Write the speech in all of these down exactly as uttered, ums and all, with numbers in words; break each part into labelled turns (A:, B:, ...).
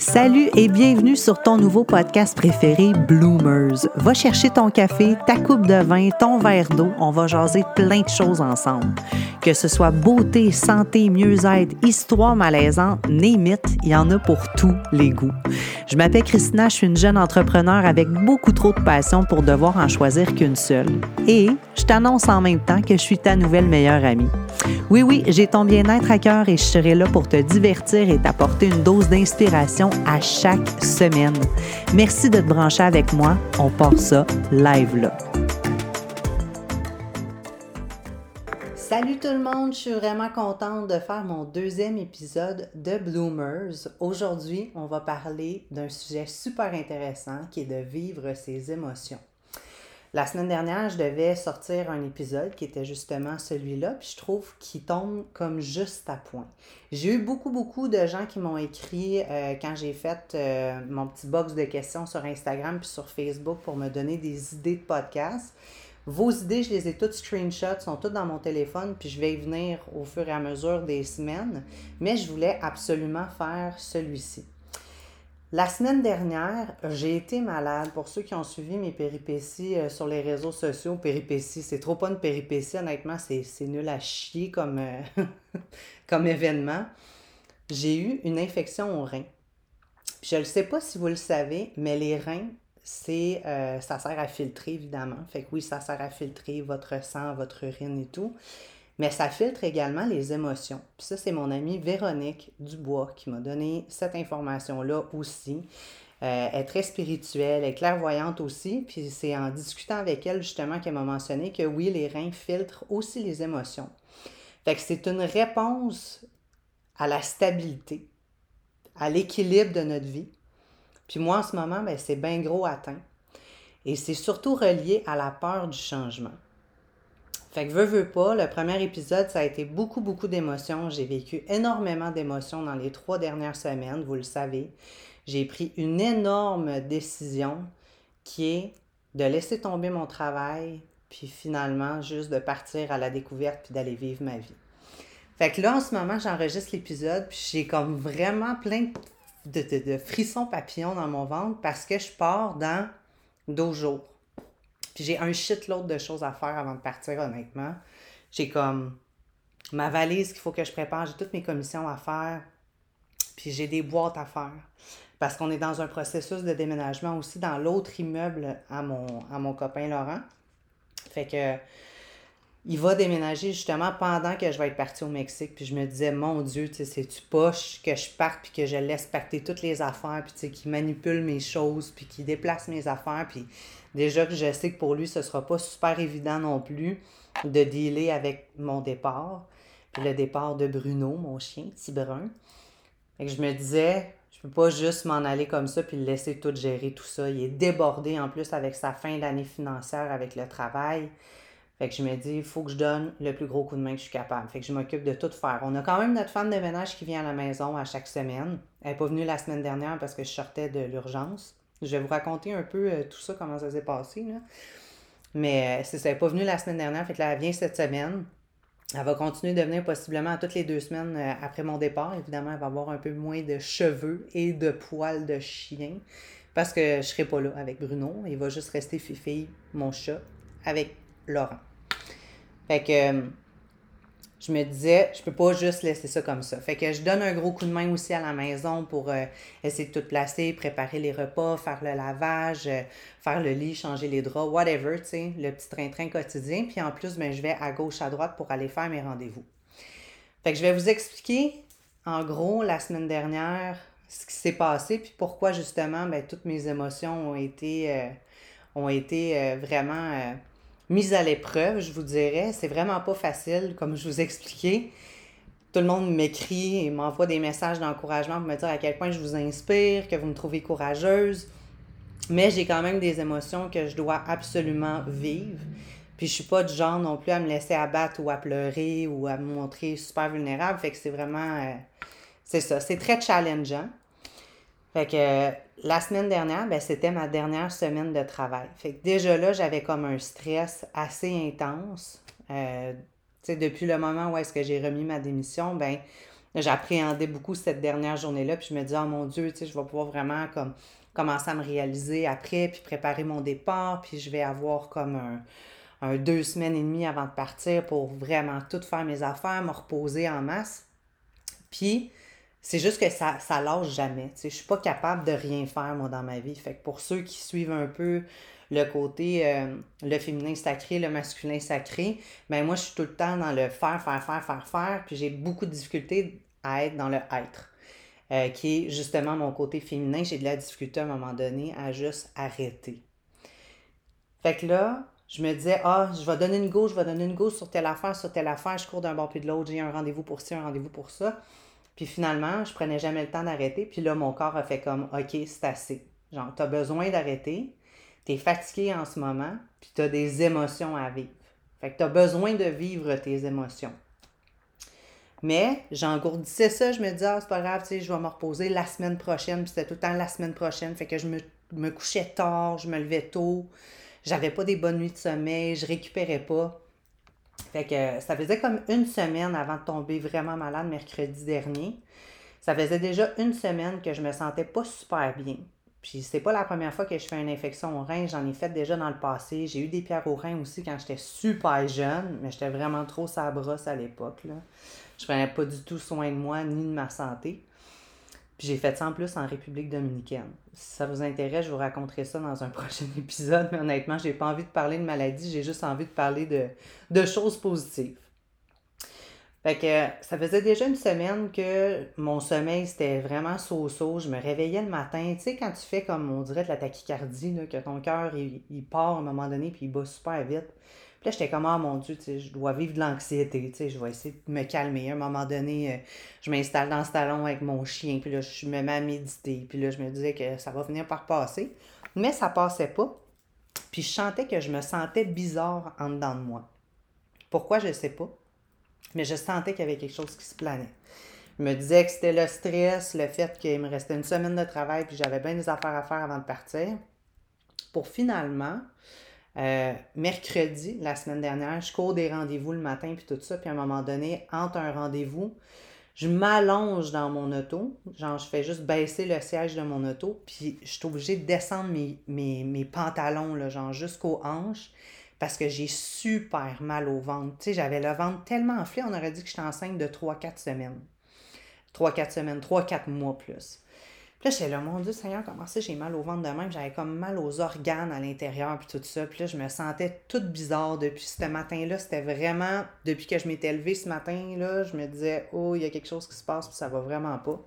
A: Salut et bienvenue sur ton nouveau podcast préféré, Bloomers. Va chercher ton café, ta coupe de vin, ton verre d'eau. On va jaser plein de choses ensemble. Que ce soit beauté, santé, mieux-être, histoire malaisante, name it, il y en a pour tous les goûts. Je m'appelle Christina, je suis une jeune entrepreneur avec beaucoup trop de passion pour devoir en choisir qu'une seule. Et je t'annonce en même temps que je suis ta nouvelle meilleure amie. Oui, oui, j'ai ton bien-être à cœur et je serai là pour te divertir et t'apporter une dose d'inspiration à chaque semaine. Merci de te brancher avec moi. On part ça live là. Salut tout le monde, je suis vraiment contente de faire mon deuxième épisode de Bloomers. Aujourd'hui, on va parler d'un sujet super intéressant qui est de vivre ses émotions. La semaine dernière, je devais sortir un épisode qui était justement celui-là, puis je trouve qu'il tombe comme juste à point. J'ai eu beaucoup, beaucoup de gens qui m'ont écrit euh, quand j'ai fait euh, mon petit box de questions sur Instagram puis sur Facebook pour me donner des idées de podcast. Vos idées, je les ai toutes screenshots, sont toutes dans mon téléphone, puis je vais y venir au fur et à mesure des semaines, mais je voulais absolument faire celui-ci. La semaine dernière, j'ai été malade. Pour ceux qui ont suivi mes péripéties euh, sur les réseaux sociaux, péripéties, c'est trop pas une péripétie, honnêtement, c'est, c'est nul à chier comme, euh, comme événement. J'ai eu une infection aux reins. Puis je ne sais pas si vous le savez, mais les reins, c'est, euh, ça sert à filtrer, évidemment. Fait que oui, ça sert à filtrer votre sang, votre urine et tout. Mais ça filtre également les émotions. Puis ça, c'est mon amie Véronique Dubois qui m'a donné cette information-là aussi. Euh, elle est très spirituelle, elle est clairvoyante aussi. Puis c'est en discutant avec elle justement qu'elle m'a mentionné que oui, les reins filtrent aussi les émotions. Fait que c'est une réponse à la stabilité, à l'équilibre de notre vie. Puis moi, en ce moment, ben, c'est bien gros atteint. Et c'est surtout relié à la peur du changement. Fait que veux, veux pas, le premier épisode, ça a été beaucoup, beaucoup d'émotions. J'ai vécu énormément d'émotions dans les trois dernières semaines, vous le savez. J'ai pris une énorme décision qui est de laisser tomber mon travail, puis finalement, juste de partir à la découverte puis d'aller vivre ma vie. Fait que là, en ce moment, j'enregistre l'épisode, puis j'ai comme vraiment plein de, de, de frissons papillons dans mon ventre parce que je pars dans douze jours. Puis j'ai un shitload de choses à faire avant de partir, honnêtement. J'ai comme ma valise qu'il faut que je prépare, j'ai toutes mes commissions à faire, puis j'ai des boîtes à faire. Parce qu'on est dans un processus de déménagement aussi dans l'autre immeuble à mon, à mon copain Laurent. Fait que il va déménager justement pendant que je vais être partie au Mexique. Puis je me disais, mon Dieu, tu sais, c'est-tu poche que je parte puis que je laisse pacter toutes les affaires, puis tu sais, qu'il manipule mes choses, puis qu'il déplace mes affaires. Puis déjà que je sais que pour lui, ce sera pas super évident non plus de dealer avec mon départ. Puis le départ de Bruno, mon chien, petit brun. Fait que je me disais, je peux pas juste m'en aller comme ça puis le laisser tout gérer tout ça. Il est débordé en plus avec sa fin d'année financière, avec le travail. Fait que je me dis, il faut que je donne le plus gros coup de main que je suis capable. Fait que je m'occupe de tout faire. On a quand même notre femme de ménage qui vient à la maison à chaque semaine. Elle n'est pas venue la semaine dernière parce que je sortais de l'urgence. Je vais vous raconter un peu euh, tout ça, comment ça s'est passé, là. Mais euh, c'est ça, elle n'est pas venue la semaine dernière. Fait que là, elle vient cette semaine. Elle va continuer de venir possiblement toutes les deux semaines euh, après mon départ. Évidemment, elle va avoir un peu moins de cheveux et de poils de chien parce que je ne serai pas là avec Bruno. Il va juste rester Fifi, mon chat, avec Laurent. Fait que euh, je me disais, je peux pas juste laisser ça comme ça. Fait que je donne un gros coup de main aussi à la maison pour euh, essayer de tout placer, préparer les repas, faire le lavage, euh, faire le lit, changer les draps, whatever, tu sais, le petit train-train quotidien. Puis en plus, ben, je vais à gauche, à droite pour aller faire mes rendez-vous. Fait que je vais vous expliquer, en gros, la semaine dernière, ce qui s'est passé, puis pourquoi justement, ben, toutes mes émotions ont été, euh, ont été euh, vraiment... Euh, mise à l'épreuve, je vous dirais. C'est vraiment pas facile, comme je vous expliquais. Tout le monde m'écrit et m'envoie des messages d'encouragement pour me dire à quel point je vous inspire, que vous me trouvez courageuse. Mais j'ai quand même des émotions que je dois absolument vivre. Puis je suis pas du genre non plus à me laisser abattre ou à pleurer ou à me montrer super vulnérable. Fait que c'est vraiment... Euh, c'est ça, c'est très challengeant. Fait que euh, la semaine dernière, ben, c'était ma dernière semaine de travail. Fait que déjà là, j'avais comme un stress assez intense. Euh, tu sais, depuis le moment où est-ce que j'ai remis ma démission, ben J'appréhendais beaucoup cette dernière journée-là, puis je me disais, oh mon Dieu, tu sais, je vais pouvoir vraiment comme commencer à me réaliser après, puis préparer mon départ, puis je vais avoir comme un, un deux semaines et demie avant de partir pour vraiment tout faire mes affaires, me reposer en masse. Puis, c'est juste que ça, ça lâche jamais. Tu sais, je suis pas capable de rien faire, moi, dans ma vie. Fait que pour ceux qui suivent un peu le côté, euh, le féminin sacré, le masculin sacré, ben moi, je suis tout le temps dans le faire, faire, faire, faire, faire. Puis j'ai beaucoup de difficultés à être dans le être, euh, qui est justement mon côté féminin. J'ai de la difficulté à un moment donné à juste arrêter. Fait que là, je me disais, ah, je vais donner une go, je vais donner une go sur telle affaire, sur telle affaire, je cours d'un bord puis de l'autre, j'ai un rendez-vous pour ci, un rendez-vous pour ça. Puis finalement, je prenais jamais le temps d'arrêter. Puis là, mon corps a fait comme, OK, c'est assez. Genre, t'as besoin d'arrêter. T'es fatigué en ce moment. Puis t'as des émotions à vivre. Fait que t'as besoin de vivre tes émotions. Mais j'engourdissais ça. Je me disais, ah, c'est pas grave, tu sais, je vais me reposer la semaine prochaine. Puis c'était tout le temps la semaine prochaine. Fait que je me, me couchais tard, je me levais tôt. J'avais pas des bonnes nuits de sommeil. Je récupérais pas. Fait que ça faisait comme une semaine avant de tomber vraiment malade mercredi dernier. Ça faisait déjà une semaine que je me sentais pas super bien. Puis c'est pas la première fois que je fais une infection au rein, j'en ai fait déjà dans le passé. J'ai eu des pierres au rein aussi quand j'étais super jeune, mais j'étais vraiment trop sa brosse à l'époque, là. Je prenais pas du tout soin de moi ni de ma santé. Puis j'ai fait ça en plus en République dominicaine. Si ça vous intéresse, je vous raconterai ça dans un prochain épisode, mais honnêtement, j'ai pas envie de parler de maladie, j'ai juste envie de parler de, de choses positives. Fait que ça faisait déjà une semaine que mon sommeil c'était vraiment so-so. Je me réveillais le matin. Tu sais, quand tu fais comme on dirait de la tachycardie, là, que ton cœur il, il part à un moment donné puis il bat super vite. Puis là, j'étais comme, ah mon Dieu, tu sais, je dois vivre de l'anxiété. Tu sais, je vais essayer de me calmer. À un moment donné, euh, je m'installe dans ce salon avec mon chien. Puis là, je me mets à méditer. Puis là, je me disais que ça va finir par passer. Mais ça passait pas. Puis je sentais que je me sentais bizarre en dedans de moi. Pourquoi, je sais pas. Mais je sentais qu'il y avait quelque chose qui se planait. Je me disais que c'était le stress, le fait qu'il me restait une semaine de travail puis j'avais bien des affaires à faire avant de partir. Pour finalement, euh, mercredi, la semaine dernière, je cours des rendez-vous le matin puis tout ça. Puis à un moment donné, entre un rendez-vous, je m'allonge dans mon auto. Genre, je fais juste baisser le siège de mon auto. Puis je suis obligée de descendre mes, mes, mes pantalons, là, genre jusqu'aux hanches. Parce que j'ai super mal au ventre. Tu sais, j'avais le ventre tellement enflé, on aurait dit que j'étais enceinte de trois quatre semaines. trois quatre semaines, trois quatre mois plus. Puis là, j'étais là, mon Dieu Seigneur, comment ça, j'ai mal au ventre de même? J'avais comme mal aux organes à l'intérieur, puis tout ça. Puis là, je me sentais toute bizarre depuis ce matin-là. C'était vraiment, depuis que je m'étais levée ce matin-là, je me disais, oh, il y a quelque chose qui se passe, puis ça va vraiment pas.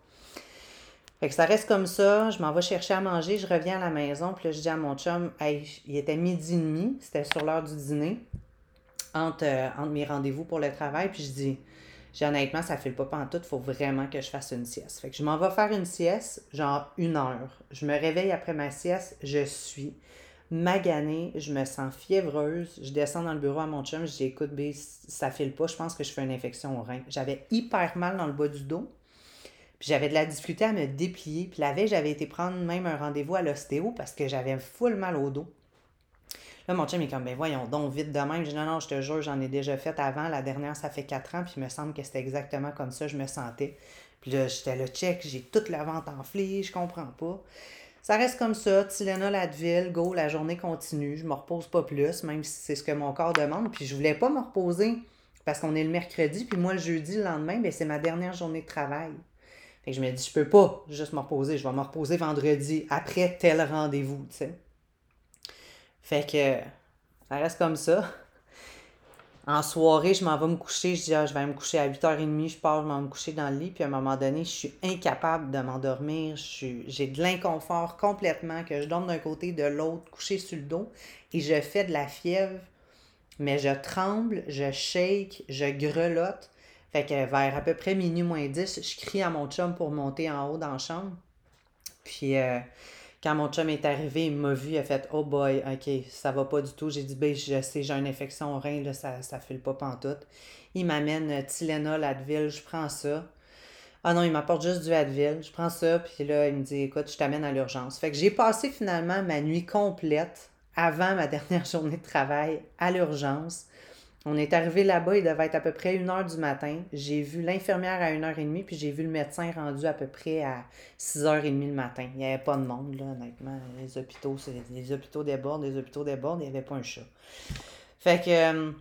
A: Fait que ça reste comme ça, je m'en vais chercher à manger, je reviens à la maison, puis là, je dis à mon chum, hey, il était midi et demi, c'était sur l'heure du dîner, entre, euh, entre mes rendez-vous pour le travail, puis je dis, j'ai honnêtement, ça fait le pas pantoute, il faut vraiment que je fasse une sieste. Fait que je m'en vais faire une sieste, genre une heure. Je me réveille après ma sieste, je suis maganée, je me sens fiévreuse, je descends dans le bureau à mon chum, je dis, écoute, B, ça file pas, je pense que je fais une infection au rein. J'avais hyper mal dans le bas du dos. Puis j'avais de la difficulté à me déplier. Puis la veille, j'avais été prendre même un rendez-vous à l'ostéo parce que j'avais full mal au dos. Là, mon chum est comme, ben voyons donc, vite de même. Je dis, non, non, je te jure, j'en ai déjà fait avant. La dernière, ça fait quatre ans. Puis il me semble que c'était exactement comme ça, je me sentais. Puis là, j'étais là, check, j'ai toute la ventre enflée, je comprends pas. Ça reste comme ça, Tylenol, Advil, go, la journée continue. Je me repose pas plus, même si c'est ce que mon corps demande. Puis je voulais pas me reposer parce qu'on est le mercredi. Puis moi, le jeudi, le lendemain, ben c'est ma dernière journée de travail. Fait que je me dis, je peux pas juste me reposer. Je vais me reposer vendredi après tel rendez-vous, tu sais. Fait que ça reste comme ça. En soirée, je m'en vais me coucher. Je dis, ah, je vais me coucher à huit heures trente. Je pars, je m'en vais me coucher dans le lit. Puis à un moment donné, je suis incapable de m'endormir. Je suis, j'ai de l'inconfort complètement, que je dorme d'un côté, de l'autre, couché sur le dos. Et je fais de la fièvre. Mais je tremble, je shake, je grelotte. Fait que vers à peu près minuit moins dix, je crie à mon chum pour monter en haut dans la chambre. Puis euh, quand mon chum est arrivé, il m'a vu, il a fait « Oh boy, ok, ça va pas du tout. » J'ai dit « Ben, je sais, j'ai une infection au rein, là, ça, ça file pas pantoute. » Il m'amène Tylenol, Advil, je prends ça. Ah non, il m'apporte juste du Advil. Je prends ça, puis là, il me dit « Écoute, je t'amène à l'urgence. » Fait que j'ai passé finalement ma nuit complète, avant ma dernière journée de travail, à l'urgence. On est arrivé là-bas, il devait être à peu près une heure du matin. J'ai vu l'infirmière à une heure trente, puis j'ai vu le médecin rendu à peu près à six heures trente le matin. Il n'y avait pas de monde, là, honnêtement. Les hôpitaux, c'est, les hôpitaux débordent, les hôpitaux débordent, il n'y avait pas un chat. Fait que euh,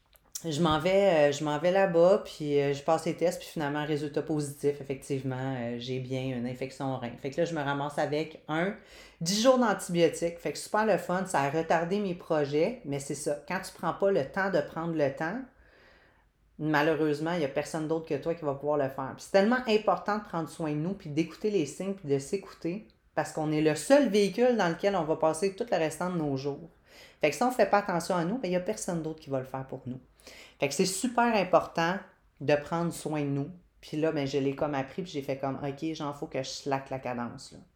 A: je m'en vais, euh, je m'en vais là-bas, puis euh, je passe les tests, puis finalement, résultat positif, effectivement, euh, j'ai bien une infection au rein. Fait que là, je me ramasse avec un dix jours d'antibiotiques. Fait que super le fun, ça a retardé mes projets, mais c'est ça. Quand tu prends pas le temps de prendre le temps, malheureusement, il n'y a personne d'autre que toi qui va pouvoir le faire. Puis c'est tellement important de prendre soin de nous, puis d'écouter les signes, puis de s'écouter, parce qu'on est le seul véhicule dans lequel on va passer tout le restant de nos jours. Fait que si on ne fait pas attention à nous, ben, il n'y a personne d'autre qui va le faire pour nous. Fait que c'est super important de prendre soin de nous. Puis là, ben, je l'ai comme appris, puis j'ai fait comme, OK, genre, faut que je slack la cadence. Là.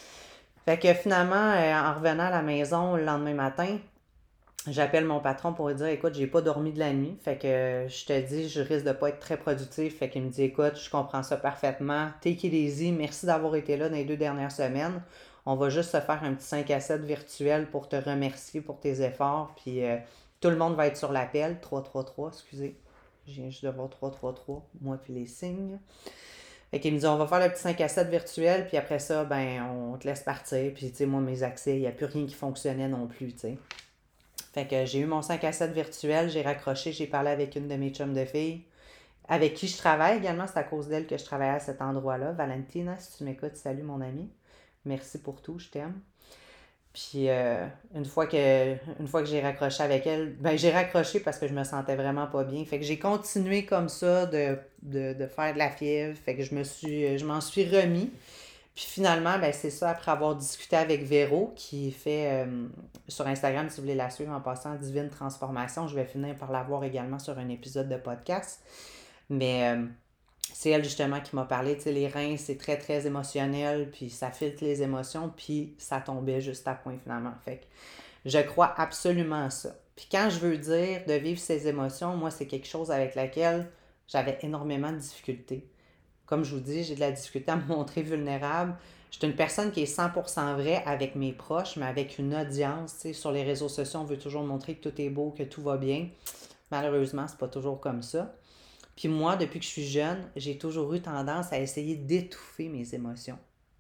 A: Fait que finalement, euh, en revenant à la maison le lendemain matin, j'appelle mon patron pour lui dire, écoute, j'ai pas dormi de la nuit, fait que je te dis, je risque de pas être très productif. Fait qu'il me dit, écoute, je comprends ça parfaitement, take it easy, merci d'avoir été là dans les deux dernières semaines. On va juste se faire un petit cinq à sept virtuel pour te remercier pour tes efforts, puis euh, tout le monde va être sur l'appel, trois trois trois, excusez, je viens juste de voir trois trois trois, moi puis les signes. Fait qu'il me dit, on va faire le petit cinq à sept virtuel, puis après ça, ben, on te laisse partir, puis tu sais, moi, mes accès, il n'y a plus rien qui fonctionnait non plus, tu sais. Fait que j'ai eu mon cinq à sept virtuel, j'ai raccroché, j'ai parlé avec une de mes chums de filles, avec qui je travaille également, c'est à cause d'elle que je travaillais à cet endroit-là. Valentina, si tu m'écoutes, salut mon amie. Merci pour tout, je t'aime. Puis euh, une fois que une fois que j'ai raccroché avec elle, ben j'ai raccroché parce que je me sentais vraiment pas bien. Fait que j'ai continué comme ça de, de, de faire de la fièvre. Fait que je me suis je m'en suis remis. Puis finalement, ben c'est ça, après avoir discuté avec Véro, qui fait euh, sur Instagram, si vous voulez la suivre en passant, Divine Transformation, je vais finir par la voir également sur un épisode de podcast. Mais euh, c'est elle justement qui m'a parlé, tu sais, les reins, c'est très très émotionnel, puis ça filtre les émotions, puis ça tombait juste à point finalement. Fait que je crois absolument à ça. Puis quand je veux dire de vivre ces émotions, moi, c'est quelque chose avec laquelle j'avais énormément de difficultés. Comme je vous dis, j'ai de la difficulté à me montrer vulnérable. Je suis une personne qui est cent pour cent vraie avec mes proches, mais avec une audience. Tu sais, sur les réseaux sociaux, on veut toujours montrer que tout est beau, que tout va bien. Malheureusement, c'est pas toujours comme ça. Puis moi, depuis que je suis jeune, j'ai toujours eu tendance à essayer d'étouffer mes émotions.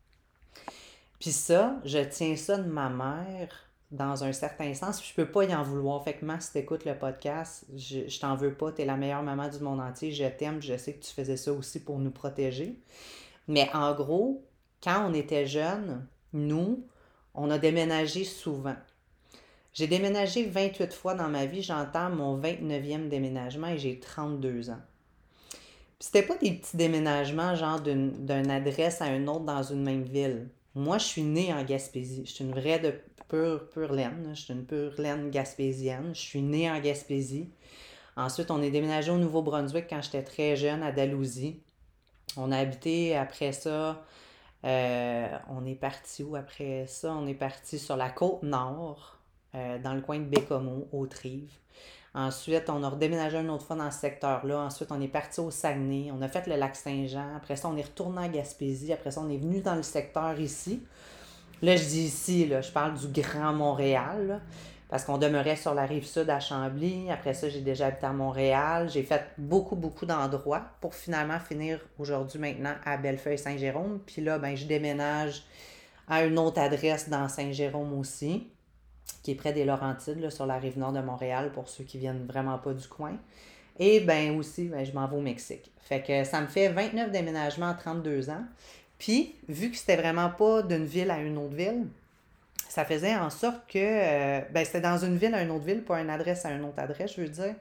A: Puis ça, je tiens ça de ma mère dans un certain sens, puis je peux pas y en vouloir. Fait que Max, si t'écoutes le podcast, je, je t'en veux pas, t'es la meilleure maman du monde entier, je t'aime, je sais que tu faisais ça aussi pour nous protéger. Mais en gros, quand on était jeunes, nous, on a déménagé souvent. J'ai déménagé vingt-huit fois dans ma vie, j'entends mon vingt-neuvième déménagement et j'ai trente-deux ans. Puis c'était pas des petits déménagements, genre d'une, d'une adresse à une autre dans une même ville. Moi, je suis née en Gaspésie. Je suis une vraie de pure, pure laine. Je suis une pure laine gaspésienne. Je suis née en Gaspésie. Ensuite, on est déménagé au Nouveau-Brunswick quand j'étais très jeune, à Dalhousie. On a habité après ça. Euh, on est parti où après ça? On est parti sur la côte nord, euh, dans le coin de Bécomo, Haute-Rive. Ensuite, on a redéménagé une autre fois dans ce secteur-là. Ensuite, on est parti au Saguenay. On a fait le lac Saint-Jean. Après ça, on est retourné à Gaspésie. Après ça, on est venu dans le secteur ici. Là, je dis ici, là, je parle du Grand Montréal, là, parce qu'on demeurait sur la rive sud à Chambly. Après ça, j'ai déjà habité à Montréal. J'ai fait beaucoup, beaucoup d'endroits pour finalement finir aujourd'hui, maintenant, à Bellefeuille-Saint-Jérôme. Puis là, ben, je déménage à une autre adresse dans Saint-Jérôme aussi, qui est près des Laurentides, là, sur la rive nord de Montréal, pour ceux qui viennent vraiment pas du coin. Et ben aussi, ben, je m'en vais au Mexique. Fait que ça me fait vingt-neuf déménagements en trente-deux ans. Puis, vu que c'était vraiment pas d'une ville à une autre ville, ça faisait en sorte que, euh, ben c'était dans une ville à une autre ville, pas une adresse à une autre adresse, je veux dire.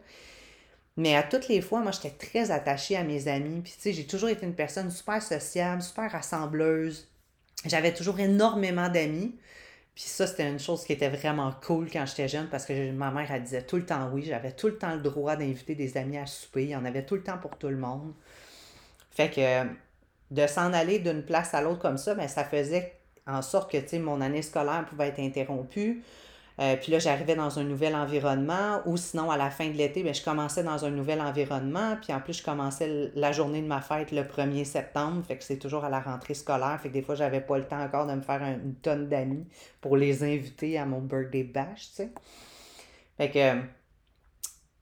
A: Mais à toutes les fois, moi, j'étais très attachée à mes amis. Puis, tu sais, j'ai toujours été une personne super sociable, super rassembleuse. J'avais toujours énormément d'amis. Puis ça, c'était une chose qui était vraiment cool quand j'étais jeune parce que ma mère, elle disait tout le temps oui. J'avais tout le temps le droit d'inviter des amis à souper. Il y en avait tout le temps pour tout le monde. Fait que de s'en aller d'une place à l'autre comme ça, ben, ça faisait en sorte que, tu sais, mon année scolaire pouvait être interrompue. Euh, puis là, j'arrivais dans un nouvel environnement ou sinon, à la fin de l'été, ben, je commençais dans un nouvel environnement. Puis en plus, je commençais la journée de ma fête le premier septembre. Fait que c'est toujours à la rentrée scolaire. Fait que des fois, j'avais pas le temps encore de me faire un- une tonne d'amis pour les inviter à mon birthday bash, tu sais. Fait que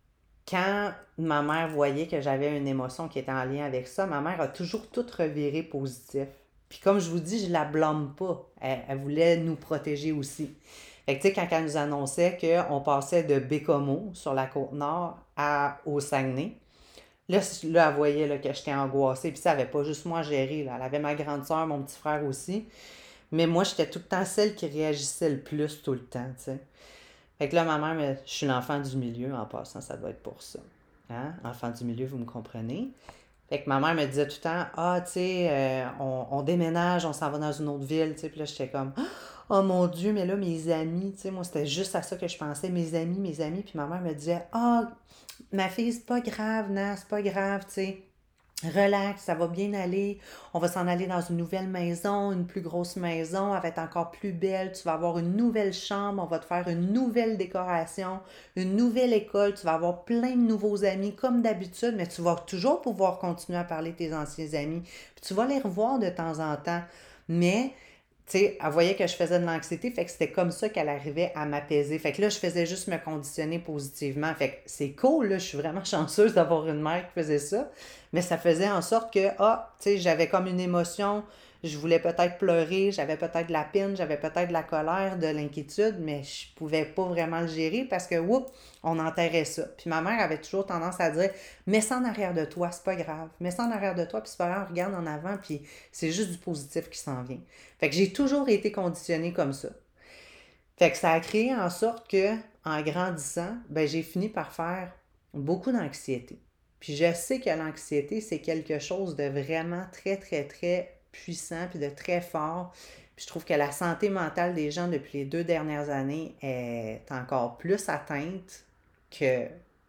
A: quand ma mère voyait que j'avais une émotion qui était en lien avec ça, ma mère a toujours tout reviré positif. Puis comme je vous dis, je la blâme pas. Elle, elle voulait nous protéger aussi. Fait que tu sais, quand elle nous annonçait qu'on passait de Bécomo, sur la Côte-Nord, à, au Saguenay, là, là, elle voyait là, que j'étais angoissée. Puis ça, elle avait pas juste moi à gérer. Là. Elle avait ma grande soeur, mon petit frère aussi. Mais moi, j'étais tout le temps celle qui réagissait le plus tout le temps, tu sais. Fait que là, ma mère, me- je suis l'enfant du milieu en passant, ça doit être pour ça. Hein? Enfant du milieu, vous me comprenez? Fait que ma mère me disait tout le temps, ah, tu sais, euh, on, on déménage, on s'en va dans une autre ville, tu sais. Puis là, j'étais comme, oh mon Dieu, mais là, mes amis, tu sais, moi, c'était juste à ça que je pensais, mes amis, mes amis. Puis ma mère me disait, ah, ma fille, c'est pas grave, non, c'est pas grave, tu sais. Relax, ça va bien aller. On va s'en aller dans une nouvelle maison, une plus grosse maison. Elle va être encore plus belle. Tu vas avoir une nouvelle chambre. On va te faire une nouvelle décoration, une nouvelle école. Tu vas avoir plein de nouveaux amis comme d'habitude, mais tu vas toujours pouvoir continuer à parler de tes anciens amis. Puis tu vas les revoir de temps en temps. Mais tu sais, elle voyait que je faisais de l'anxiété, fait que c'était comme ça qu'elle arrivait à m'apaiser. Fait que là, je faisais juste me conditionner positivement. Fait que c'est cool, là, je suis vraiment chanceuse d'avoir une mère qui faisait ça. Mais ça faisait en sorte que, ah, tu sais, j'avais comme une émotion, je voulais peut-être pleurer, j'avais peut-être de la peine, j'avais peut-être de la colère, de l'inquiétude, mais je pouvais pas vraiment le gérer parce que, oups, on enterrait ça. Puis ma mère avait toujours tendance à dire, mets ça en arrière de toi, c'est pas grave. Mets ça en arrière de toi, puis c'est pas grave, regarde en avant, puis c'est juste du positif qui s'en vient. Fait que j'ai toujours été conditionnée comme ça. Fait que ça a créé en sorte que, en grandissant, ben j'ai fini par faire beaucoup d'anxiété. Puis je sais que l'anxiété, c'est quelque chose de vraiment très, très, très puissant, puis de très fort. Puis je trouve que la santé mentale des gens depuis les deux dernières années est encore plus atteinte que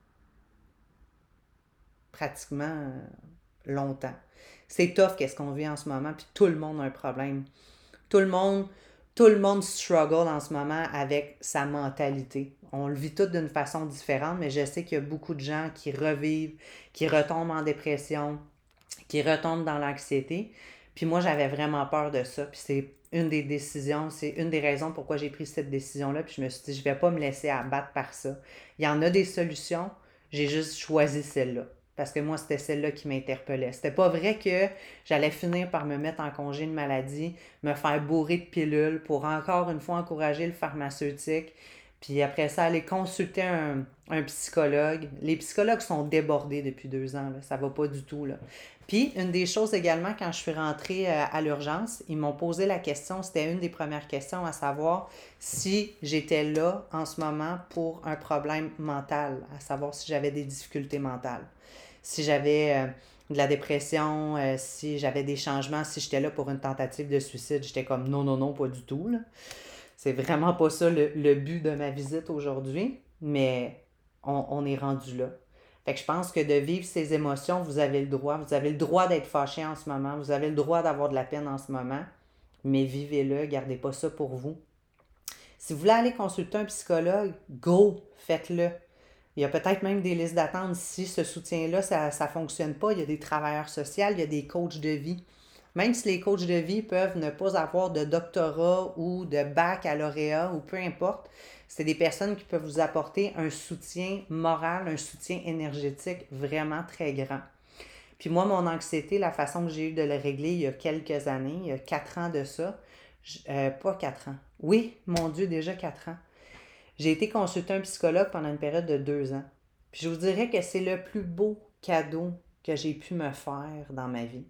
A: pratiquement longtemps. C'est tough qu'est-ce qu'on vit en ce moment, puis tout le monde a un problème. Tout le monde, tout le monde struggle en ce moment avec sa mentalité. On le vit tout d'une façon différente, mais je sais qu'il y a beaucoup de gens qui revivent, qui retombent en dépression, qui retombent dans l'anxiété. Puis moi, j'avais vraiment peur de ça. Puis c'est une des décisions, c'est une des raisons pourquoi j'ai pris cette décision-là. Puis je me suis dit, je vais pas me laisser abattre par ça. Il y en a des solutions, j'ai juste choisi celle-là. Parce que moi, c'était celle-là qui m'interpellait. C'était pas vrai que j'allais finir par me mettre en congé de maladie, me faire bourrer de pilules pour encore une fois encourager le pharmaceutique. Puis après ça, aller consulter un, un psychologue. Les psychologues sont débordés depuis deux ans, là. Ça va pas du tout, là. Puis, une des choses également, quand je suis rentrée euh, à l'urgence, ils m'ont posé la question, c'était une des premières questions, à savoir si j'étais là en ce moment pour un problème mental, à savoir si j'avais des difficultés mentales, si j'avais euh, de la dépression, euh, si j'avais des changements, si j'étais là pour une tentative de suicide. J'étais comme non, non, non, pas du tout, là. C'est vraiment pas ça le, le but de ma visite aujourd'hui, mais on, on est rendu là. Fait que je pense que de vivre ces émotions, vous avez le droit. Vous avez le droit d'être fâché en ce moment. Vous avez le droit d'avoir de la peine en ce moment. Mais vivez-le, gardez pas ça pour vous. Si vous voulez aller consulter un psychologue, go, faites-le. Il y a peut-être même des listes d'attente. Si ce soutien-là, ça ne fonctionne pas, il y a des travailleurs sociaux, il y a des coachs de vie. Même si les coachs de vie peuvent ne pas avoir de doctorat ou de baccalauréat ou peu importe, c'est des personnes qui peuvent vous apporter un soutien moral, un soutien énergétique vraiment très grand. Puis moi, mon anxiété, la façon que j'ai eu de le régler il y a quelques années, il y a quatre ans de ça, euh, pas quatre ans, oui, mon Dieu, déjà quatre ans, j'ai été consulter un psychologue pendant une période de deux ans. Puis je vous dirais que c'est le plus beau cadeau que j'ai pu me faire dans ma vie.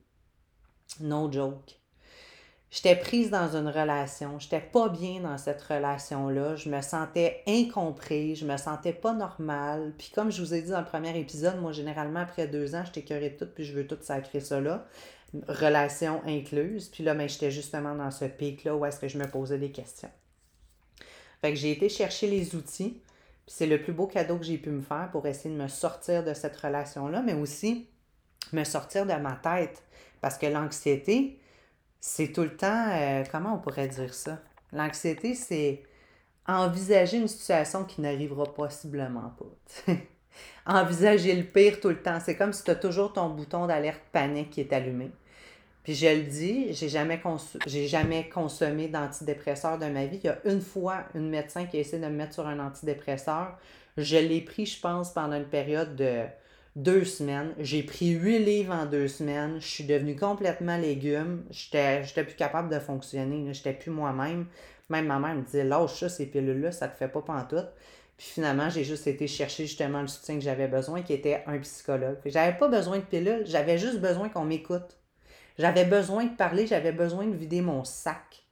A: No joke. J'étais prise dans une relation, j'étais pas bien dans cette relation-là, je me sentais incomprise, je me sentais pas normale. Puis comme je vous ai dit dans le premier épisode, moi généralement après deux ans, j'étais écœurée de tout, puis je veux tout sacrer ça là, relation incluse. Puis là, ben, j'étais justement dans ce pic-là où est-ce que je me posais des questions. Fait que j'ai été chercher les outils, puis c'est le plus beau cadeau que j'ai pu me faire pour essayer de me sortir de cette relation-là, mais aussi me sortir de ma tête. Parce que l'anxiété, c'est tout le temps, euh, comment on pourrait dire ça? L'anxiété, c'est envisager une situation qui n'arrivera possiblement pas. Envisager le pire tout le temps. C'est comme si tu as toujours ton bouton d'alerte panique qui est allumé. Puis je le dis, j'ai jamais, consu- j'ai jamais consommé d'antidépresseur de ma vie. Il y a une fois une médecin qui a essayé de me mettre sur un antidépresseur. Je l'ai pris, je pense, pendant une période de deux semaines. J'ai pris huit livres en deux semaines. Je suis devenue complètement légume. J'étais, j'étais plus capable de fonctionner. Là. J'étais plus moi-même. Même ma mère me disait, lâche ça, ces pilules-là, ça te fait pas pantoute. Puis finalement, j'ai juste été chercher justement le soutien que j'avais besoin, qui était un psychologue. Fait que j'avais pas besoin de pilules, j'avais juste besoin qu'on m'écoute. J'avais besoin de parler, j'avais besoin de vider mon sac.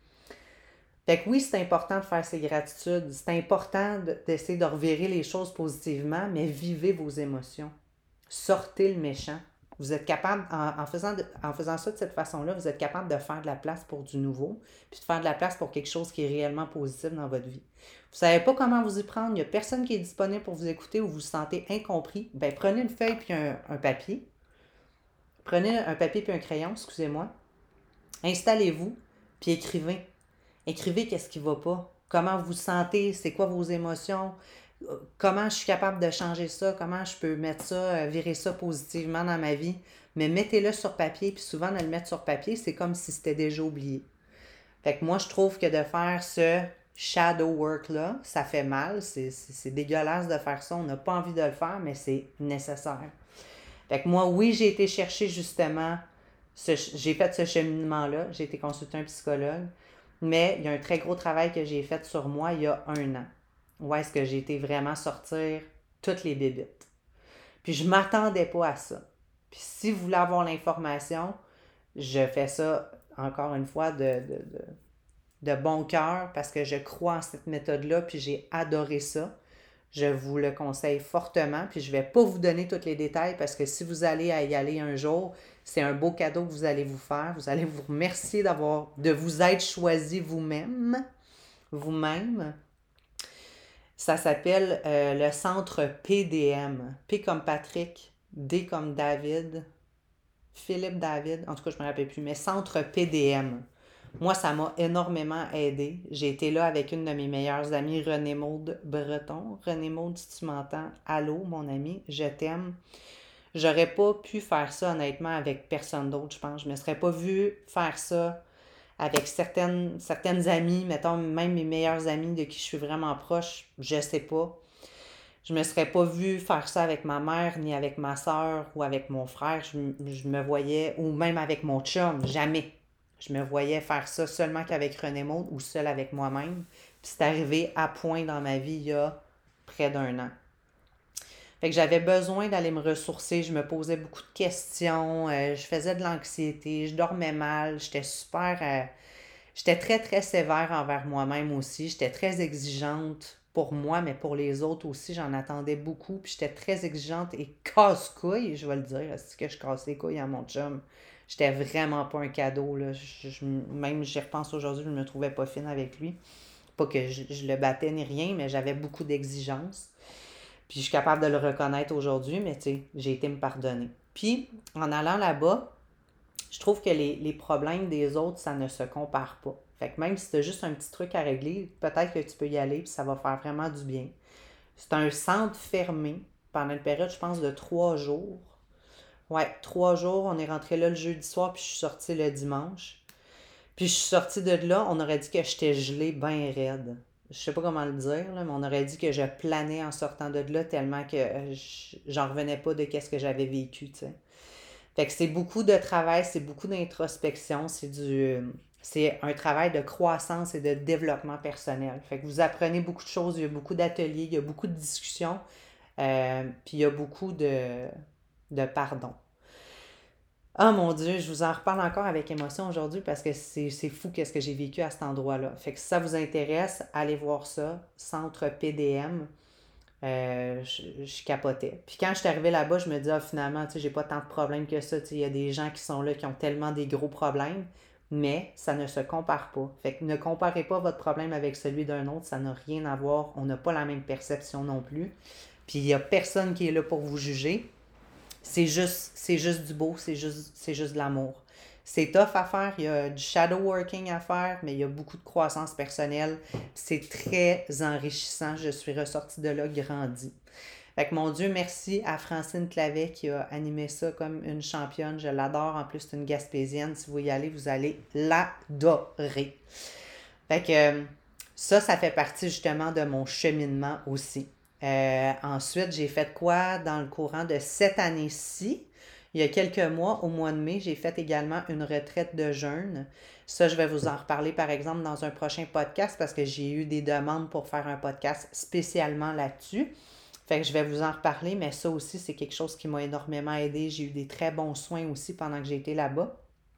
A: Fait que oui, c'est important de faire ses gratitudes. C'est important de- d'essayer de revirer les choses positivement, mais vivez vos émotions. Sortez le méchant. Vous êtes capable, en, en faisant de- en faisant ça de cette façon-là, vous êtes capable de faire de la place pour du nouveau, puis de faire de la place pour quelque chose qui est réellement positif dans votre vie. Vous savez pas comment vous y prendre, il n'y a personne qui est disponible pour vous écouter ou vous vous sentez incompris, ben prenez une feuille puis un, un papier. Prenez un papier puis un crayon, excusez-moi. Installez-vous, puis écrivez. Écrivez qu'est-ce qui ne va pas. Comment vous vous sentez, c'est quoi vos émotions, euh, comment je suis capable de changer ça, comment je peux mettre ça, euh, virer ça positivement dans ma vie. Mais mettez-le sur papier, puis souvent de le mettre sur papier, c'est comme si c'était déjà oublié. Fait que moi, je trouve que de faire ce shadow work-là, ça fait mal, c'est, c'est, c'est dégueulasse de faire ça, on n'a pas envie de le faire, mais c'est nécessaire. Fait que moi, oui, j'ai été chercher justement, ce, j'ai fait ce cheminement-là, j'ai été consulter un psychologue, mais il y a un très gros travail que j'ai fait sur moi il y a un an, où est-ce que j'ai été vraiment sortir toutes les bébites. Puis je m'attendais pas à ça. Puis si vous voulez avoir l'information, je fais ça encore une fois de, de, de, de bon cœur parce que je crois en cette méthode-là, puis j'ai adoré ça. Je vous le conseille fortement, puis je ne vais pas vous donner tous les détails parce que si vous allez y aller un jour, c'est un beau cadeau que vous allez vous faire. Vous allez vous remercier d'avoir, de vous être choisi vous-même, vous-même. Ça s'appelle euh, le centre P D M. P comme Patrick, D comme David, Philippe David, en tout cas je ne me rappelle plus, mais centre P D M. Moi, ça m'a énormément aidé. J'ai été là avec une de mes meilleures amies, Renée Maude Breton. Renée Maude, si tu m'entends, allô, mon amie, je t'aime. J'aurais pas pu faire ça, honnêtement, avec personne d'autre, je pense. Je me serais pas vue faire ça avec certaines, certaines amies, mettons, même mes meilleures amies de qui je suis vraiment proche, je sais pas. Je me serais pas vue faire ça avec ma mère, ni avec ma soeur ou avec mon frère. Je, je me voyais, ou même avec mon chum, jamais. Je me voyais faire ça seulement qu'avec René Maud ou seul avec moi-même. Puis c'est arrivé à point dans ma vie il y a près d'un an. Fait que j'avais besoin d'aller me ressourcer. Je me posais beaucoup de questions. Euh, je faisais de l'anxiété. Je dormais mal. J'étais super... euh, j'étais très, très sévère envers moi-même aussi. J'étais très exigeante pour moi, mais pour les autres aussi. J'en attendais beaucoup. Puis j'étais très exigeante et casse-couille, je vais le dire. C'est que je casse les couilles à mon chum. J'étais vraiment pas un cadeau. Là. Je, je- même j'y repense aujourd'hui, je me trouvais pas fine avec lui. Pas que je, je le battais ni rien, mais j'avais beaucoup d'exigences. Puis je suis capable de le reconnaître aujourd'hui, mais tu sais, j'ai été me pardonner. Puis en allant là-bas, je trouve que les, les problèmes des autres, ça ne se compare pas. Fait que même si tu as juste un petit truc à régler, peut-être que tu peux y aller puis ça va faire vraiment du bien. C'est un centre fermé pendant une période, je pense, de trois jours. Ouais, trois jours. On est rentré là le jeudi soir puis je suis sortie le dimanche. Puis je suis sortie de là, on aurait dit que j'étais gelée bien raide. Je sais pas comment le dire, là, mais on aurait dit que je planais en sortant de là tellement que euh, j'en revenais pas de qu'est-ce que j'avais vécu, tu sais. Fait que c'est beaucoup de travail, c'est beaucoup d'introspection, c'est du c'est un travail de croissance et de développement personnel. Fait que vous apprenez beaucoup de choses, il y a beaucoup d'ateliers, il y a beaucoup de discussions, euh, puis il y a beaucoup de, de pardon. Ah mon Dieu, je vous en reparle encore avec émotion aujourd'hui parce que c'est, c'est fou qu'est-ce que j'ai vécu à cet endroit-là. Fait que si ça vous intéresse, allez voir ça, Centre P D M. Euh, je, je capotais. Puis quand je suis arrivée là-bas, je me dis, ah, finalement, tu sais, j'ai pas tant de problèmes que ça. Tu sais, il y a des gens qui sont là qui ont tellement des gros problèmes, mais ça ne se compare pas. Fait que ne comparez pas votre problème avec celui d'un autre, ça n'a rien à voir. On n'a pas la même perception non plus. Puis il y a personne qui est là pour vous juger. C'est juste, c'est juste du beau, c'est juste, c'est juste de l'amour. C'est tough à faire, il y a du shadow working à faire, mais il y a beaucoup de croissance personnelle. C'est très enrichissant. Je suis ressortie de là grandie. Fait que mon Dieu, merci à Francine Clavet qui a animé ça comme une championne. Je l'adore. En plus, c'est une Gaspésienne. Si vous y allez, vous allez l'adorer. Fait que euh, ça, ça fait partie justement de mon cheminement aussi. Euh, ensuite, j'ai fait quoi dans le courant de cette année-ci? Il y a quelques mois, au mois de mai, j'ai fait également une retraite de jeûne. Ça, je vais vous en reparler par exemple dans un prochain podcast parce que j'ai eu des demandes pour faire un podcast spécialement là-dessus. Fait que je vais vous en reparler, mais ça aussi, c'est quelque chose qui m'a énormément aidé. J'ai eu des très bons soins aussi pendant que j'ai été là-bas.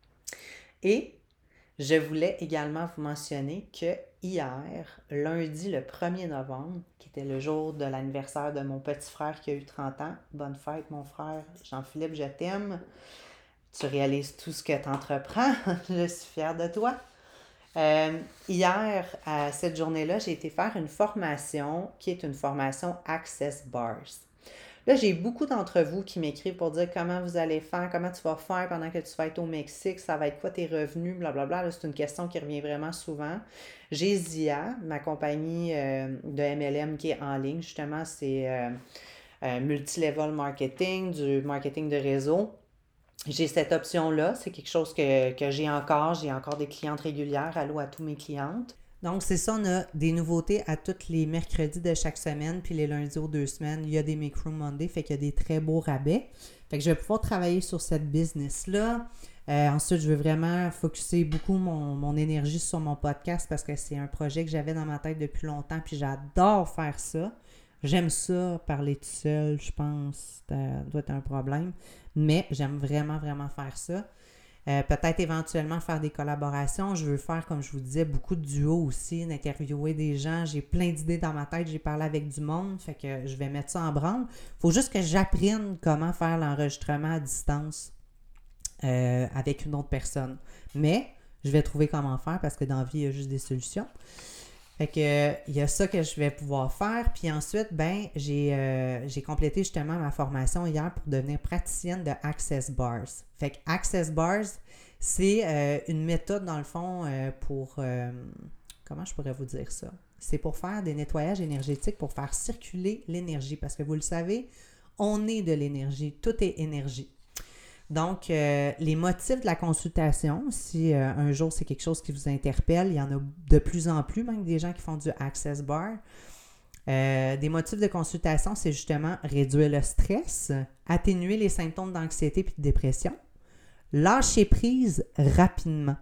A: Et je voulais également vous mentionner que hier, lundi le premier novembre, qui était le jour de l'anniversaire de mon petit frère qui a eu trente ans, bonne fête mon frère Jean-Philippe, je t'aime. Tu réalises tout ce que tu entreprends. Je suis fière de toi. Euh, hier, à cette journée-là, j'ai été faire une formation qui est une formation Access Bars. Là, j'ai beaucoup d'entre vous qui m'écrivent pour dire comment vous allez faire, comment tu vas faire pendant que tu vas être au Mexique, ça va être quoi tes revenus, blablabla. Là, c'est une question qui revient vraiment souvent. J'ai Zia, ma compagnie euh, de M L M qui est en ligne. Justement, c'est euh, euh, multi-level marketing, du marketing de réseau. J'ai cette option-là, c'est quelque chose que, que j'ai encore. J'ai encore des clientes régulières. Allô à tous mes clientes. Donc, c'est ça, on a des nouveautés à tous les mercredis de chaque semaine, puis les lundis aux deux semaines, il y a des Make Room Monday, fait qu'il y a des très beaux rabais. Fait que je vais pouvoir travailler sur cette business-là. Euh, ensuite, je veux vraiment focusser beaucoup mon, mon énergie sur mon podcast parce que c'est un projet que j'avais dans ma tête depuis longtemps, puis j'adore faire ça. J'aime ça, parler tout seul, je pense, ça doit être un problème, mais j'aime vraiment, vraiment faire ça. Euh, peut-être éventuellement faire des collaborations. Je veux faire, comme je vous disais, beaucoup de duos aussi, d'interviewer des gens. J'ai plein d'idées dans ma tête. J'ai parlé avec du monde, fait que je vais mettre ça en branle. Il faut juste que j'apprenne comment faire l'enregistrement à distance euh, avec une autre personne. Mais je vais trouver comment faire parce que dans la vie, il y a juste des solutions. Fait que euh, il y a ça que je vais pouvoir faire. Puis ensuite, ben, j'ai, euh, j'ai complété justement ma formation hier pour devenir praticienne de Access Bars. Fait que Access Bars, c'est euh, une méthode dans le fond euh, pour euh, comment je pourrais vous dire ça? C'est pour faire des nettoyages énergétiques, pour faire circuler l'énergie. Parce que vous le savez, on est de l'énergie, tout est énergie. Donc, euh, les motifs de la consultation, si euh, un jour c'est quelque chose qui vous interpelle, il y en a de plus en plus, même des gens qui font du Access Bar. Euh, des motifs de consultation, c'est justement réduire le stress, atténuer les symptômes d'anxiété et de dépression, lâcher prise rapidement,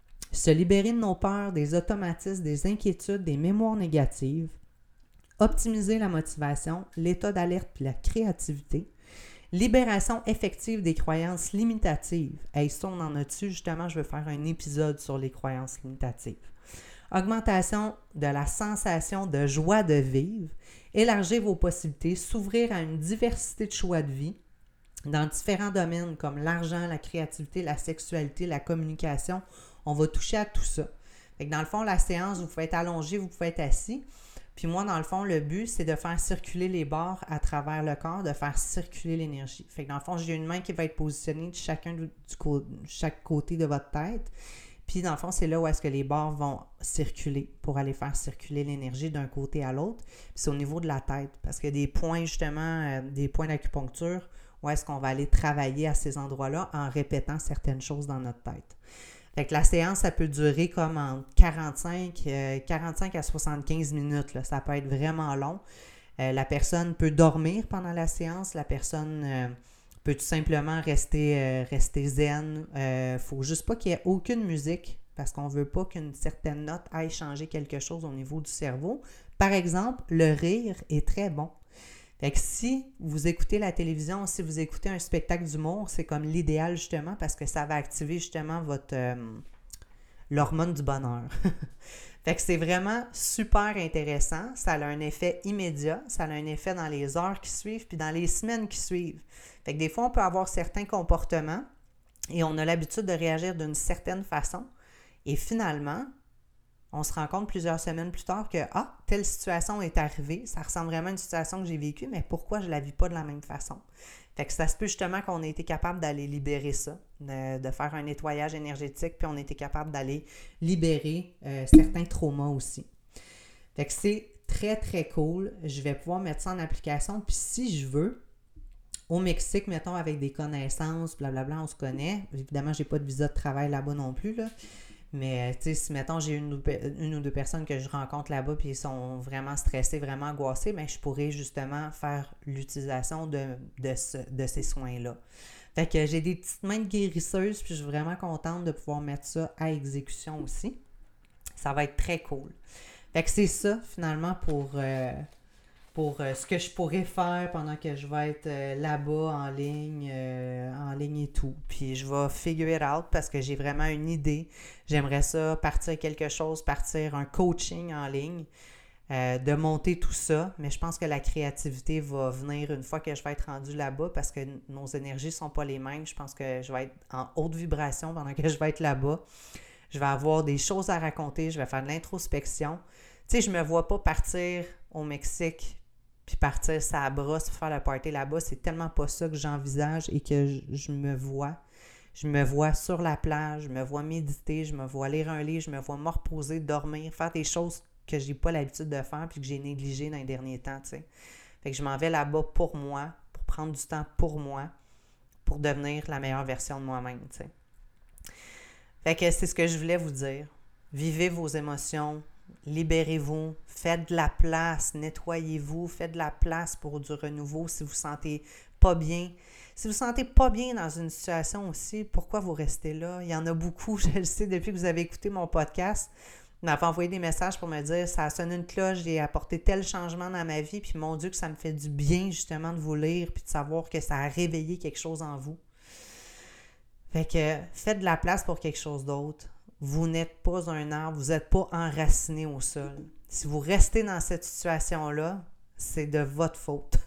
A: se libérer de nos peurs, des automatismes, des inquiétudes, des mémoires négatives, optimiser la motivation, l'état d'alerte puis la créativité, libération effective des croyances limitatives. Hey, ça, on en a dessus. Justement, je vais faire un épisode sur les croyances limitatives. Augmentation de la sensation de joie de vivre. Élargir vos possibilités. S'ouvrir à une diversité de choix de vie dans différents domaines comme l'argent, la créativité, la sexualité, la communication. On va toucher à tout ça. Fait que dans le fond, la séance, vous pouvez être allongé, vous pouvez être assis. Puis moi, dans le fond, le but, c'est de faire circuler les barres à travers le corps, de faire circuler l'énergie. Fait que dans le fond, j'ai une main qui va être positionnée de chacun du, du co- chaque côté de votre tête. Puis dans le fond, c'est là où est-ce que les barres vont circuler pour aller faire circuler l'énergie d'un côté à l'autre. Puis c'est au niveau de la tête, parce qu'il y a des points justement, euh, des points d'acupuncture où est-ce qu'on va aller travailler à ces endroits-là en répétant certaines choses dans notre tête. Fait que la séance, ça peut durer comme en quarante-cinq, euh, quarante-cinq à soixante-quinze minutes. Là. Ça peut être vraiment long. Euh, la personne peut dormir pendant la séance. La personne euh, peut tout simplement rester, euh, rester zen. Il euh, ne faut juste pas qu'il y ait aucune musique parce qu'on ne veut pas qu'une certaine note aille changer quelque chose au niveau du cerveau. Par exemple, le rire est très bon. Fait que si vous écoutez la télévision, si vous écoutez un spectacle d'humour, c'est comme l'idéal justement parce que ça va activer justement votre euh, l'hormone du bonheur. Fait que c'est vraiment super intéressant. Ça a un effet immédiat, ça a un effet dans les heures qui suivent puis dans les semaines qui suivent. Fait que des fois, on peut avoir certains comportements et on a l'habitude de réagir d'une certaine façon. Et finalement, on se rend compte plusieurs semaines plus tard que « Ah, telle situation est arrivée, ça ressemble vraiment à une situation que j'ai vécue, mais pourquoi je ne la vis pas de la même façon? » Fait que ça se peut justement qu'on ait été capable d'aller libérer ça, de, de faire un nettoyage énergétique, puis on a été capable d'aller libérer euh, certains traumas aussi. Fait que c'est très, très cool. Je vais pouvoir mettre ça en application. Puis si je veux, au Mexique, mettons, avec des connaissances, blablabla, on se connaît. Évidemment, j'ai pas de visa de travail là-bas non plus, là. Mais, tu sais, si, mettons, j'ai une ou, une ou deux personnes que je rencontre là-bas puis ils sont vraiment stressés, vraiment angoissés, bien, je pourrais justement faire l'utilisation de, de, ce, de ces soins-là. Fait que j'ai des petites mains de guérisseuse puis je suis vraiment contente de pouvoir mettre ça à exécution aussi. Ça va être très cool. Fait que c'est ça, finalement, pour... Euh, pour euh, ce que je pourrais faire pendant que je vais être euh, là-bas en ligne, euh, en ligne et tout. Puis je vais figure it out parce que j'ai vraiment une idée. J'aimerais ça partir quelque chose, partir un coaching en ligne, euh, de monter tout ça. Mais je pense que la créativité va venir une fois que je vais être rendue là-bas parce que nos énergies ne sont pas les mêmes. Je pense que je vais être en haute vibration pendant que je vais être là-bas. Je vais avoir des choses à raconter, je vais faire de l'introspection. Tu sais, je me vois pas partir au Mexique puis partir sa brosse pour faire le party là-bas. C'est tellement pas ça que j'envisage et que je, je me vois. Je me vois sur la plage, je me vois méditer, je me vois lire un livre, je me vois me reposer, dormir, faire des choses que j'ai pas l'habitude de faire puis que j'ai négligées dans les derniers temps, tu sais. Fait que je m'en vais là-bas pour moi, pour prendre du temps pour moi, pour devenir la meilleure version de moi-même, tu sais. Fait que c'est ce que je voulais vous dire. Vivez vos émotions, libérez-vous, faites de la place, nettoyez-vous, faites de la place pour du renouveau si vous ne vous sentez pas bien. Si vous ne vous sentez pas bien dans une situation aussi, pourquoi vous restez là? Il y en a beaucoup, je le sais, depuis que vous avez écouté mon podcast. Vous m'avez envoyé des messages pour me dire « ça a sonné une cloche, j'ai apporté tel changement dans ma vie, puis mon Dieu que ça me fait du bien justement de vous lire, puis de savoir que ça a réveillé quelque chose en vous. » Fait que faites de la place pour quelque chose d'autre. Vous n'êtes pas un arbre, vous n'êtes pas enraciné au sol. Si vous restez dans cette situation-là, c'est de votre faute.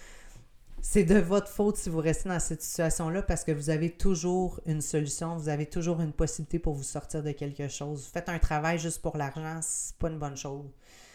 A: C'est de votre faute si vous restez dans cette situation-là parce que vous avez toujours une solution, vous avez toujours une possibilité pour vous sortir de quelque chose. Vous faites un travail juste pour l'argent, c'est pas une bonne chose.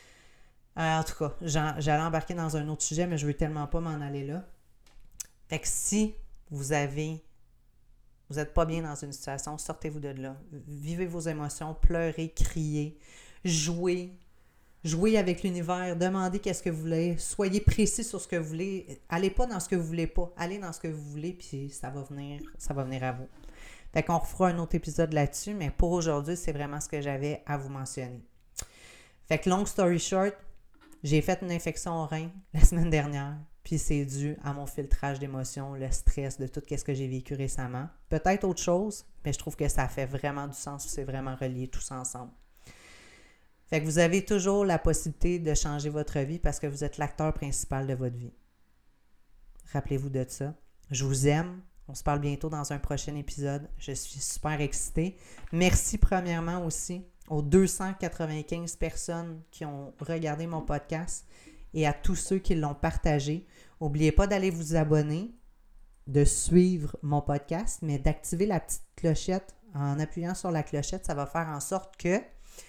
A: Euh, en tout cas, j'allais embarquer dans un autre sujet, mais je veux tellement pas m'en aller là. Fait que si vous avez... Vous n'êtes pas bien dans une situation, sortez-vous de là. Vivez vos émotions, pleurez, criez, jouez. Jouez avec l'univers, demandez qu'est-ce que vous voulez. Soyez précis sur ce que vous voulez. Allez pas dans ce que vous voulez pas. Allez dans ce que vous voulez, puis ça va venir, ça va venir à vous. Fait qu'on refera un autre épisode là-dessus, mais pour aujourd'hui, c'est vraiment ce que j'avais à vous mentionner. Fait que long story short, j'ai fait une infection au rein la semaine dernière. Puis c'est dû à mon filtrage d'émotions, le stress de tout ce que j'ai vécu récemment. Peut-être autre chose, mais je trouve que ça fait vraiment du sens, c'est vraiment relié tous ensemble. Fait que vous avez toujours la possibilité de changer votre vie parce que vous êtes l'acteur principal de votre vie. Rappelez-vous de ça. Je vous aime. On se parle bientôt dans un prochain épisode. Je suis super excitée. Merci premièrement aussi aux deux cent quatre-vingt-quinze personnes qui ont regardé mon podcast et à tous ceux qui l'ont partagé. N'oubliez pas d'aller vous abonner, de suivre mon podcast, mais d'activer la petite clochette. En appuyant sur la clochette, ça va faire en sorte que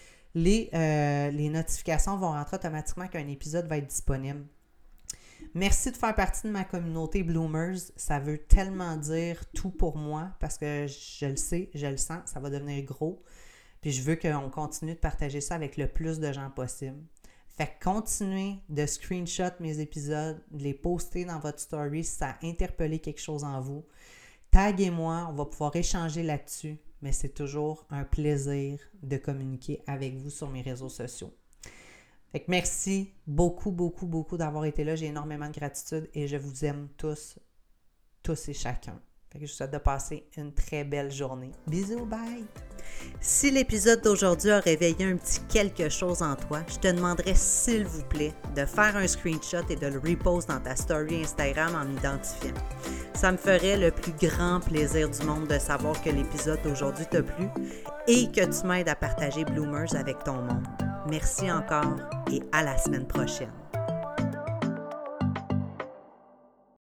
A: les, euh, les notifications vont rentrer automatiquement qu'un épisode va être disponible. Merci de faire partie de ma communauté Bloomers. Ça veut tellement dire tout pour moi parce que je le sais, je le sens, ça va devenir gros. Puis je veux qu'on continue de partager ça avec le plus de gens possible. Fait que continuez de screenshot mes épisodes, de les poster dans votre story si ça a interpellé quelque chose en vous. Taguez-moi, on va pouvoir échanger là-dessus, mais c'est toujours un plaisir de communiquer avec vous sur mes réseaux sociaux. Fait que merci beaucoup, beaucoup, beaucoup d'avoir été là. J'ai énormément de gratitude et je vous aime tous, tous et chacun. Fait que je vous souhaite de passer une très belle journée. Bisous, bye! Si l'épisode d'aujourd'hui a réveillé un petit quelque chose en toi, je te demanderais s'il vous plaît de faire un screenshot et de le repost dans ta story Instagram en m'identifiant. Ça me ferait le plus grand plaisir du monde de savoir que l'épisode d'aujourd'hui t'a plu et que tu m'aides à partager Bloomers avec ton monde. Merci encore et à la semaine prochaine.